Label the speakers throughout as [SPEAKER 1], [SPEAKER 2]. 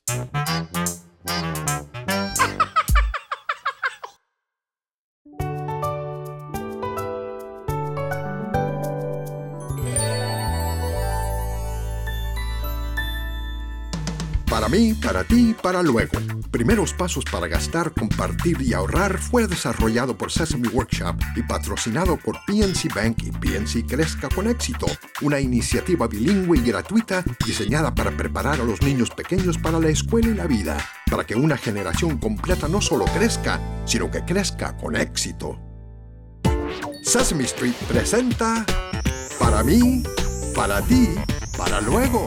[SPEAKER 1] Para mí, para ti, para luego. Primeros pasos para gastar, compartir y ahorrar fue desarrollado por Sesame Workshop y patrocinado por PNC Bank y PNC Crezca con Éxito, una iniciativa bilingüe y gratuita diseñada para preparar a los niños pequeños para la escuela y la vida, para que una generación completa no solo crezca, sino que crezca con éxito. Sesame Street presenta Para mí, para ti, para luego.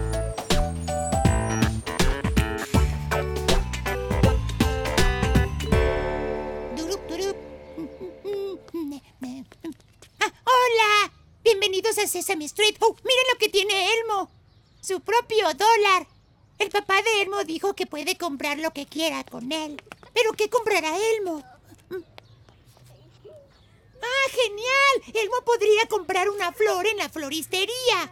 [SPEAKER 2] ¡Hola! Bienvenidos a Sesame Street. ¡Oh, miren lo que tiene Elmo! ¡Su propio dólar! El papá de Elmo dijo que puede comprar lo que quiera con él. ¿Pero qué comprará Elmo? ¡Ah, genial! Elmo podría comprar una flor en la floristería.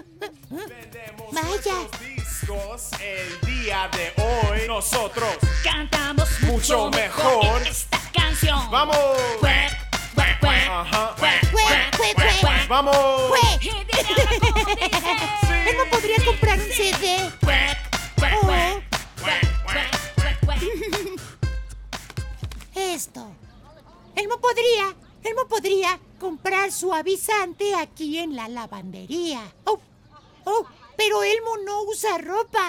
[SPEAKER 2] Vaya.
[SPEAKER 3] Discos el día de hoy. Nosotros
[SPEAKER 4] cantamos
[SPEAKER 3] mucho mejor
[SPEAKER 4] en esta canción.
[SPEAKER 3] ¡Vamos! Ajá. ¡Vamos!
[SPEAKER 2] Elmo podría comprar un CD. Esto. Elmo podría comprar suavizante aquí en la lavandería. Pero Elmo no usa ropa.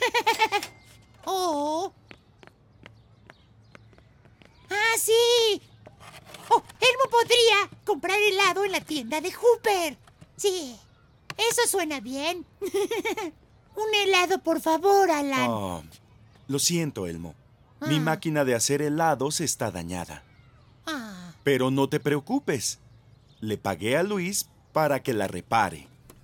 [SPEAKER 2] Sí. Elmo podría comprar helado en la tienda de Hooper. Sí, eso suena bien. Un helado, por favor, Alan.
[SPEAKER 5] Oh, lo siento, Elmo. Mi máquina de hacer helados está dañada. Pero no te preocupes. Le pagué a Luis para que la repare.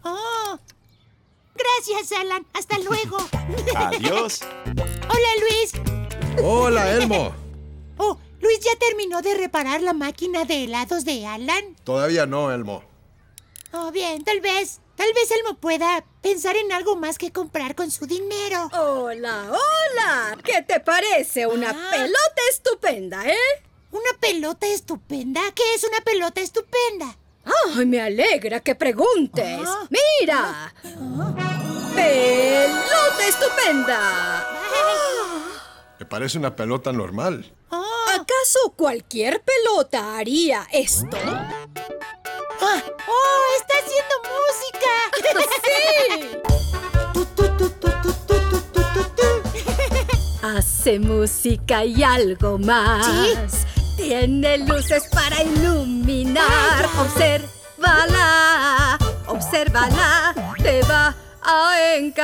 [SPEAKER 2] Gracias, Alan. Hasta luego.
[SPEAKER 5] Adiós.
[SPEAKER 2] Hola, Luis.
[SPEAKER 1] Hola, Elmo.
[SPEAKER 2] ¿Luis ya terminó de reparar la máquina de helados de Alan?
[SPEAKER 1] Todavía no, Elmo.
[SPEAKER 2] Bien, tal vez Elmo pueda pensar en algo más que comprar con su dinero.
[SPEAKER 6] Hola, hola. ¿Qué te parece? Una pelota estupenda, ¿eh?
[SPEAKER 2] ¿Una pelota estupenda? ¿Qué es una pelota estupenda?
[SPEAKER 6] ¡Ay, me alegra que preguntes! ¡Mira! ¡Pelota estupenda!
[SPEAKER 1] Me parece una pelota normal.
[SPEAKER 6] ¿Acaso cualquier pelota haría esto?
[SPEAKER 2] ¡Está haciendo música!
[SPEAKER 6] ¡Sí! Hace música y algo más.
[SPEAKER 2] ¿Sí?
[SPEAKER 6] Tiene luces para iluminar. Obsérvala, obsérvala, te va a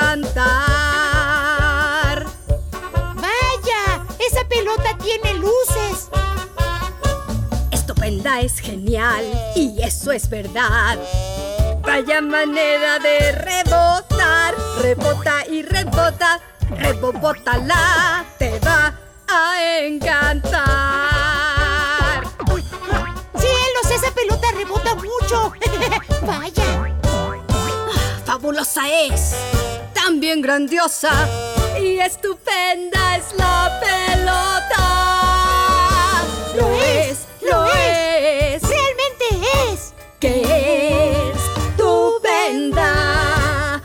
[SPEAKER 6] encantar.
[SPEAKER 2] ¡Vaya! ¡Esa pelota tiene luces!
[SPEAKER 6] Estupenda, es genial, y eso es verdad. Vaya manera de rebotar. Rebota y rebota, rebobótala, te va a encantar.
[SPEAKER 2] ¡Cielos! ¡Esa pelota rebota mucho! ¡Vaya!
[SPEAKER 6] ¡Fabulosa es! ¡También grandiosa! ¡Y estupenda es la pelota! ¡Lo es! ¡Lo es!
[SPEAKER 2] ¡Realmente es!
[SPEAKER 6] ¡Qué estupenda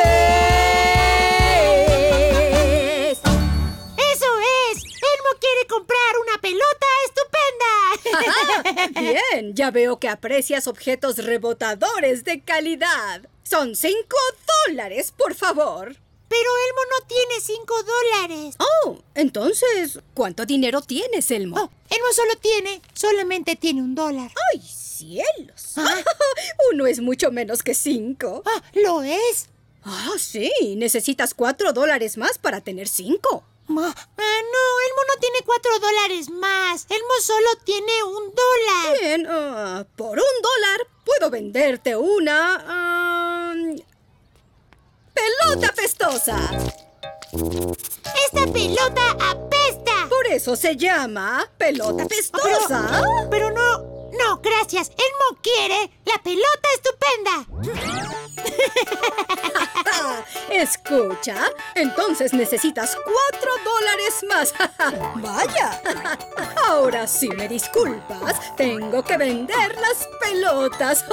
[SPEAKER 6] es!
[SPEAKER 2] ¡Eso es! ¡Elmo quiere comprar una pelota estupenda!
[SPEAKER 6] Bien, ya veo que aprecias objetos rebotadores de calidad. Son $5, por favor.
[SPEAKER 2] Pero Elmo no tiene $5.
[SPEAKER 6] Entonces, ¿cuánto dinero tienes, Elmo?
[SPEAKER 2] Elmo solamente tiene $1.
[SPEAKER 6] ¡Ay, cielos! Uno es mucho menos que 5.
[SPEAKER 2] ¿Lo es?
[SPEAKER 6] Sí, necesitas $4 más para tener 5.
[SPEAKER 2] No, Elmo no tiene $4 más. Elmo solo tiene $1.
[SPEAKER 6] Bien, por $1 puedo venderte una... ¡pelota pestosa!
[SPEAKER 2] ¡Esta pelota apesta!
[SPEAKER 6] Por eso se llama pelota pestosa.
[SPEAKER 2] Pero no, gracias. Elmo quiere la pelota estupenda.
[SPEAKER 6] Escucha, entonces necesitas $4 más. ¡Vaya! Ahora sí me disculpas. Tengo que vender las pelotas.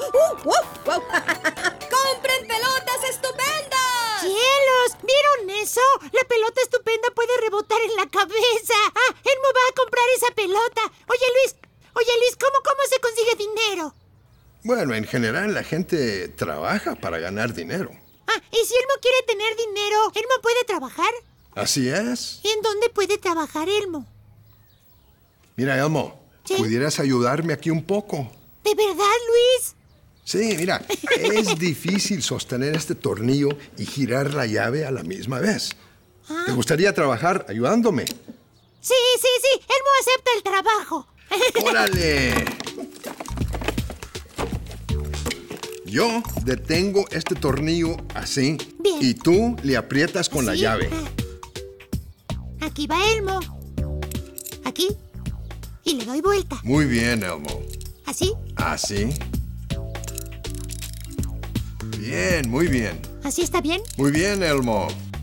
[SPEAKER 6] ¡Compren pelotas estupendas!
[SPEAKER 2] ¡Cielos! ¿Vieron eso? La pelota estupenda puede rebotar en la cabeza. Elmo va a comprar esa pelota. Oye, Luis, ¿cómo se consigue dinero?
[SPEAKER 1] Bueno, en general la gente trabaja para ganar dinero.
[SPEAKER 2] ¿Y si Elmo quiere tener dinero, Elmo puede trabajar?
[SPEAKER 1] Así es.
[SPEAKER 2] ¿Y en dónde puede trabajar Elmo?
[SPEAKER 1] Mira, Elmo,
[SPEAKER 2] ¿Sí?
[SPEAKER 1] ¿pudieras ayudarme aquí un poco?
[SPEAKER 2] ¿De verdad, Luis?
[SPEAKER 1] Sí, mira, es difícil sostener este tornillo y girar la llave a la misma vez. ¿Te gustaría trabajar ayudándome?
[SPEAKER 2] Sí, Elmo acepta el trabajo.
[SPEAKER 1] ¡Órale! Yo detengo este tornillo así.
[SPEAKER 2] Bien.
[SPEAKER 1] Y tú le aprietas con la
[SPEAKER 2] ¿Sí?
[SPEAKER 1] llave.
[SPEAKER 2] Aquí va Elmo. Aquí. Y le doy vuelta.
[SPEAKER 1] Muy bien, Elmo.
[SPEAKER 2] ¿Así?
[SPEAKER 1] Así. Bien, muy bien.
[SPEAKER 2] ¿Así está bien?
[SPEAKER 1] Muy bien, Elmo.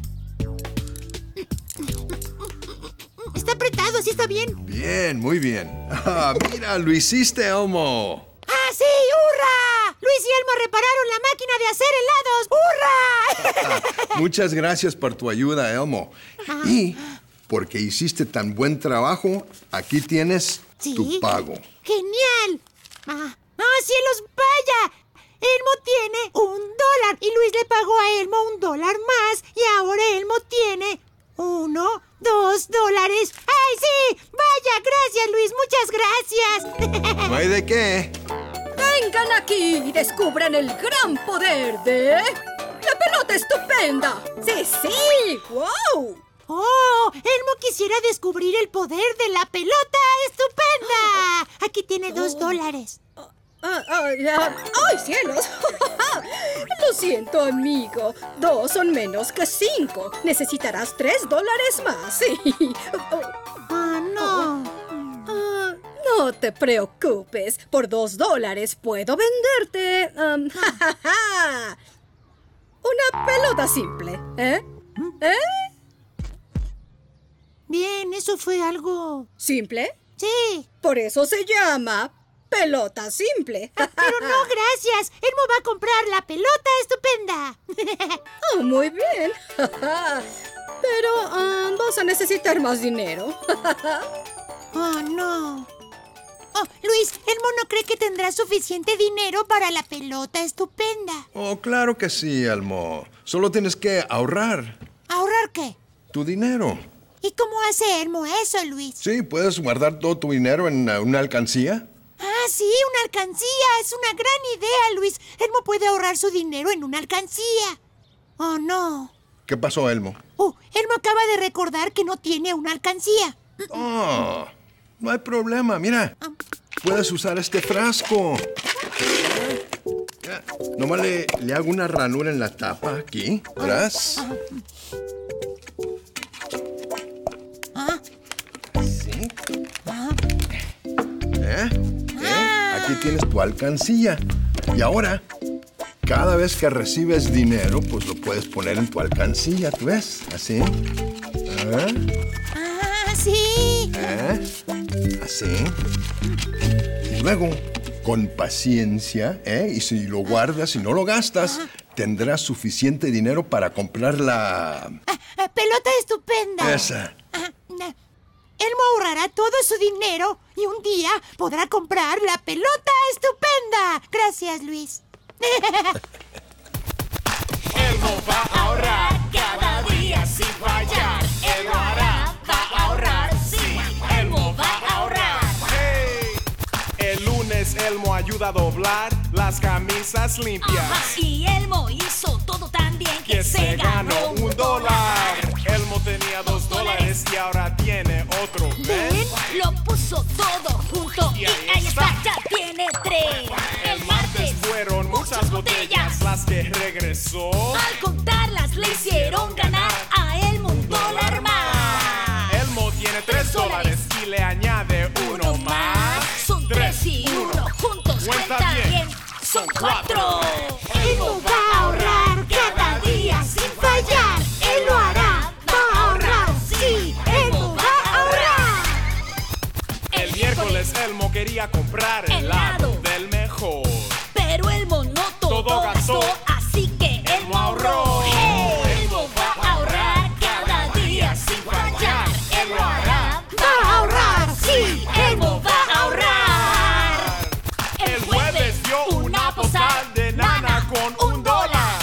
[SPEAKER 2] Está apretado, así está bien.
[SPEAKER 1] Bien, muy bien. Mira, lo hiciste, Elmo.
[SPEAKER 2] ¡Sí! ¡Hurra! Luis y Elmo repararon la máquina de hacer helados. ¡Hurra!
[SPEAKER 1] Muchas gracias por tu ayuda, Elmo. Y porque hiciste tan buen trabajo, aquí tienes tu pago.
[SPEAKER 2] ¡Genial! ¡Cielos, vaya! Elmo tiene $1 y Luis le pagó a Elmo $1 más y ahora Elmo tiene $1, $2. ¡Ay, sí! ¡Vaya! ¡Gracias, Luis! ¡Muchas gracias!
[SPEAKER 1] No hay de qué.
[SPEAKER 6] Vengan aquí y descubran el gran poder de... ¡la pelota estupenda! ¡Sí! ¡Wow!
[SPEAKER 2] ¡Oh! Elmo quisiera descubrir el poder de la pelota estupenda. Aquí tiene $2.
[SPEAKER 6] ¡Ay, cielos! Lo siento, amigo. 2 son menos que 5. Necesitarás $3 más. Sí.
[SPEAKER 2] No.
[SPEAKER 6] No te preocupes. Por $2 puedo venderte... una pelota simple. ¿Eh?
[SPEAKER 2] Bien, eso fue algo...
[SPEAKER 6] ¿Simple?
[SPEAKER 2] Sí.
[SPEAKER 6] Por eso se llama pelota simple.
[SPEAKER 2] Pero no, gracias. Elmo va a comprar la pelota estupenda.
[SPEAKER 6] Oh, muy bien. Pero vas a necesitar más dinero.
[SPEAKER 2] Oh, no. Oh, Luis, Elmo no cree que tendrá suficiente dinero para la pelota estupenda.
[SPEAKER 1] Oh, claro que sí, Elmo. Solo tienes que ahorrar.
[SPEAKER 2] ¿Ahorrar qué?
[SPEAKER 1] Tu dinero.
[SPEAKER 2] ¿Y cómo hace Elmo eso, Luis?
[SPEAKER 1] Sí, puedes guardar todo tu dinero en una alcancía.
[SPEAKER 2] Sí, una alcancía. Es una gran idea, Luis. Elmo puede ahorrar su dinero en una alcancía. Oh, no.
[SPEAKER 1] ¿Qué pasó, Elmo?
[SPEAKER 2] Elmo acaba de recordar que no tiene una alcancía.
[SPEAKER 1] Oh, no hay problema. Mira, puedes usar este frasco. Nomás le hago una ranura en la tapa aquí. ¿Verás? Sí. Aquí tienes tu alcancía. Y ahora, cada vez que recibes dinero, pues lo puedes poner en tu alcancía, ¿tú ves? Así.
[SPEAKER 2] Sí.
[SPEAKER 1] Así. Y luego, con paciencia, y si lo guardas y no lo gastas, tendrás suficiente dinero para comprar la...
[SPEAKER 2] pelota estupenda.
[SPEAKER 1] Esa.
[SPEAKER 2] Elmo ahorrará todo su dinero y un día podrá comprar la pelota estupenda. Gracias, Luis.
[SPEAKER 3] Elmo va a ahorrar cada día sin fallar. Él lo hará, va a ahorrar, sí. Elmo va a ahorrar. Hey. El lunes Elmo ayuda a doblar las camisas limpias.
[SPEAKER 4] Y Elmo hizo todo tan bien que se ganó
[SPEAKER 3] $1. Elmo tenía $2 y ahora tiene otro. ¿Ven?
[SPEAKER 4] Lo puso todo junto y ahí está, ya tiene 3.
[SPEAKER 3] El martes fueron muchas botellas las que regresó.
[SPEAKER 4] Al contarlas le hicieron ganar a Elmo $1 más.
[SPEAKER 3] Elmo tiene $3 y le añade uno más.
[SPEAKER 4] Son 3 y 1 juntos cuenta bien. Son 4.
[SPEAKER 2] Elmo va a ahorrar cada día sin
[SPEAKER 3] quería comprar
[SPEAKER 4] Helado.
[SPEAKER 3] helado del mejor.
[SPEAKER 4] Pero Elmo no todo gastó, así que Elmo ahorró. ¡Hey! Elmo va a ahorrar cada día sin fallar. Él lo hará, va a ahorrar, sí, Elmo va a ahorrar.
[SPEAKER 3] El jueves dio una postal de nana con $1.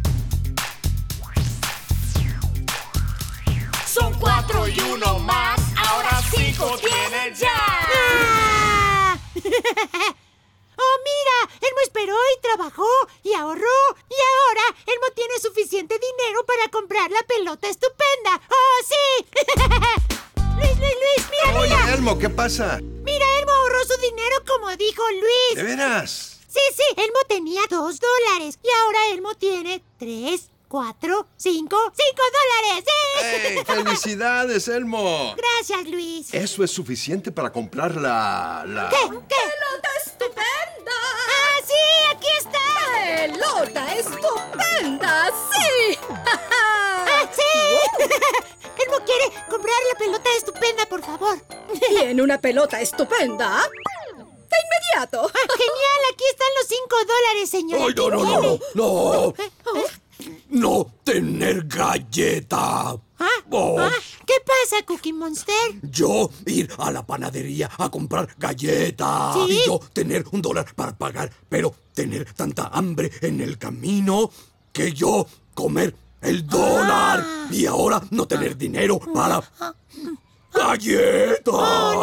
[SPEAKER 4] Son 4 y 1 más, ahora 5 tiene ya.
[SPEAKER 2] ¡Ah! ¡Oh, mira! Elmo esperó y trabajó y ahorró. Y ahora Elmo tiene suficiente dinero para comprar la pelota estupenda. ¡Oh, sí! Luis, mira,
[SPEAKER 7] Oye,
[SPEAKER 2] mira.
[SPEAKER 7] Elmo, ¿qué pasa?
[SPEAKER 2] Mira, Elmo ahorró su dinero como dijo Luis.
[SPEAKER 7] ¿De veras?
[SPEAKER 2] Sí, Elmo tenía $2 y ahora Elmo tiene 3, 4, 5 $5. ¡Sí!
[SPEAKER 7] ¡Hey, felicidades, Elmo!
[SPEAKER 2] Gracias, Luis.
[SPEAKER 7] Eso es suficiente para comprar la...
[SPEAKER 2] ¿Qué?
[SPEAKER 6] ¡Pelota estupenda!
[SPEAKER 2] ¡Ah, sí! ¡Aquí está!
[SPEAKER 6] ¡Pelota estupenda! ¡Sí!
[SPEAKER 2] ¡Ah, sí! Elmo quiere comprar la pelota estupenda, por favor.
[SPEAKER 6] ¿Tiene una pelota estupenda? ¡De inmediato!
[SPEAKER 2] Genial, aquí están los $5, señora.
[SPEAKER 8] ¡Ay, no, no, no, no! ¡No! ¡No tener galleta! Oh,
[SPEAKER 2] ¿Qué pasa, Cookie Monster?
[SPEAKER 8] yo ir a la panadería a comprar galletas.
[SPEAKER 2] ¿Sí?
[SPEAKER 8] Y yo tener $1 para pagar, pero tener tanta hambre en el camino que yo comer el dólar. Y ahora no tener dinero para... ¡galletas!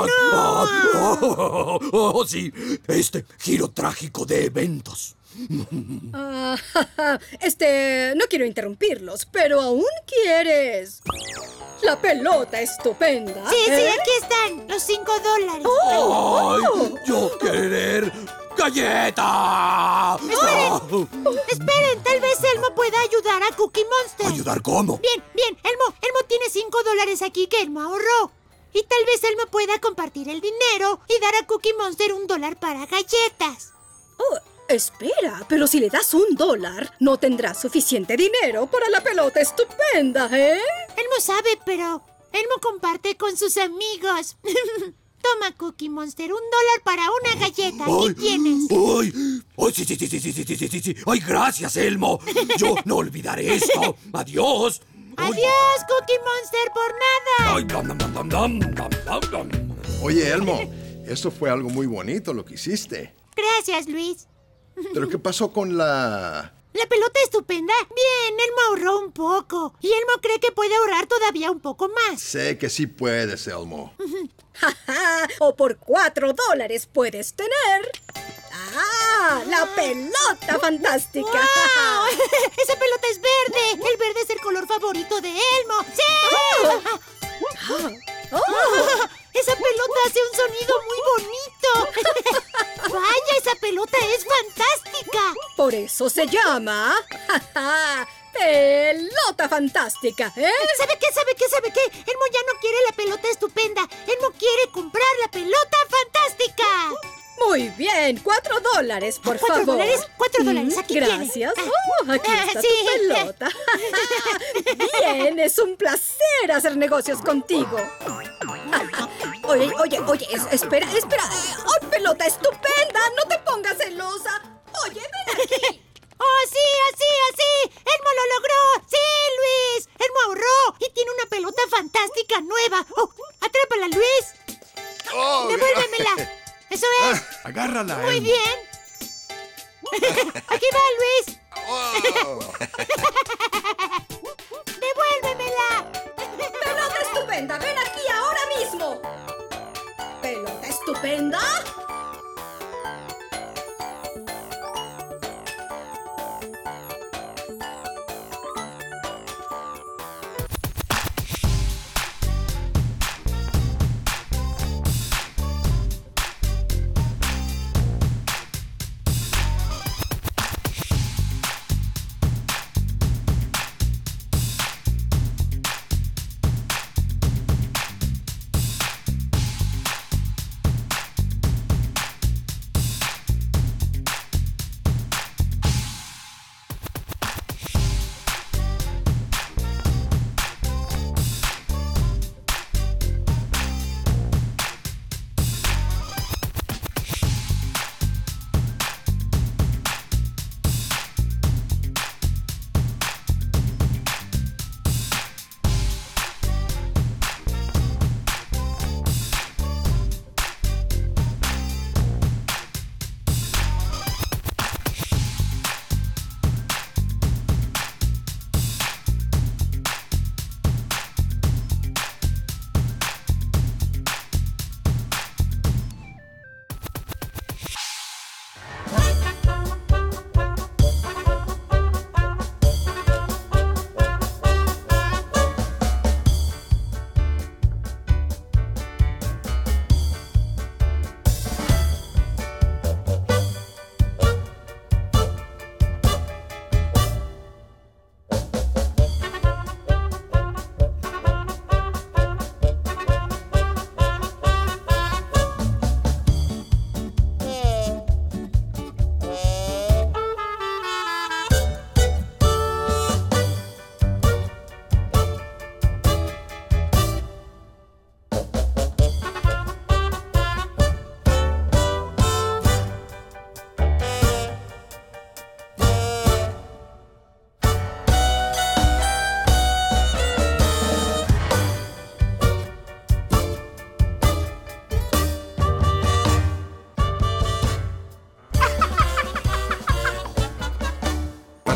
[SPEAKER 8] Oh, sí, este giro trágico de eventos.
[SPEAKER 6] No quiero interrumpirlos, pero aún quieres la pelota estupenda.
[SPEAKER 2] Sí, aquí están los $5.
[SPEAKER 8] ¡Ay! ¡Yo querer galleta!
[SPEAKER 2] Esperen, tal vez Elmo pueda ayudar a Cookie Monster.
[SPEAKER 8] ¿Ayudar cómo?
[SPEAKER 2] Bien, Elmo tiene $5 aquí que Elmo ahorró. Y tal vez Elmo pueda compartir el dinero y dar a Cookie Monster $1 para galletas.
[SPEAKER 6] Oh, espera, pero si le das $1, no tendrás suficiente dinero para la pelota estupenda, ¿eh?
[SPEAKER 2] Elmo sabe, pero Elmo comparte con sus amigos. Toma, Cookie Monster, $1 para una galleta. Aquí tienes.
[SPEAKER 8] ¡Ay! ¡Ay, sí! ¡Ay, gracias, Elmo! Yo no olvidaré esto. ¡Adiós!
[SPEAKER 2] Adiós, Cookie Monster, por nada.
[SPEAKER 8] ¡Ay, dam!
[SPEAKER 7] Oye, Elmo, eso fue algo muy bonito lo que hiciste.
[SPEAKER 2] Gracias, Luis.
[SPEAKER 7] ¿Pero qué pasó con la...?
[SPEAKER 2] ¿La pelota estupenda? Bien, Elmo ahorró un poco. Y Elmo cree que puede ahorrar todavía un poco más.
[SPEAKER 7] Sé que sí puedes, Elmo.
[SPEAKER 6] O por $4 puedes tener... ¡Ah! ¡La pelota fantástica!
[SPEAKER 2] ¡Wow! ¡Esa pelota es verde! El verde es el color favorito de Elmo. ¡Sí! ¡Esa pelota hace un sonido muy bonito! ¡Vaya, esa pelota es fantástica!
[SPEAKER 6] Por eso se llama... ¡pelota fantástica! ¿Eh?
[SPEAKER 2] ¿Sabe qué? Elmo ya no quiere la pelota estupenda. Elmo quiere comprar la pelota fantástica.
[SPEAKER 6] Muy bien, $4, por favor.
[SPEAKER 2] $4, aquí
[SPEAKER 6] gracias.
[SPEAKER 2] tiene.
[SPEAKER 6] Aquí está
[SPEAKER 2] Sí.
[SPEAKER 6] tu pelota. Bien, es un placer hacer negocios contigo. Oye, espera. ¡Oh, pelota estupenda! ¡No te pongas celosa! Oye, ven aquí.
[SPEAKER 2] ¡Oh, sí! ¡Elmo lo logró! ¡Sí, Luis! Elmo ahorró y tiene una pelota fantástica nueva. ¡Oh, atrápala, Luis!
[SPEAKER 7] Oh,
[SPEAKER 2] ¡Devuélvemela! ¡Eso es!
[SPEAKER 7] agárrala,
[SPEAKER 2] ¡Muy
[SPEAKER 7] Elmo.
[SPEAKER 2] bien! ¡Aquí va, Luis!
[SPEAKER 7] Oh.
[SPEAKER 2] ¡Devuélvemela!
[SPEAKER 6] ¡Pelota estupenda! ¡Ven aquí ahora mismo! ¿Pelota estupenda?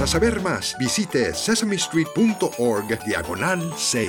[SPEAKER 1] Para saber más, visite sesamestreet.org/save.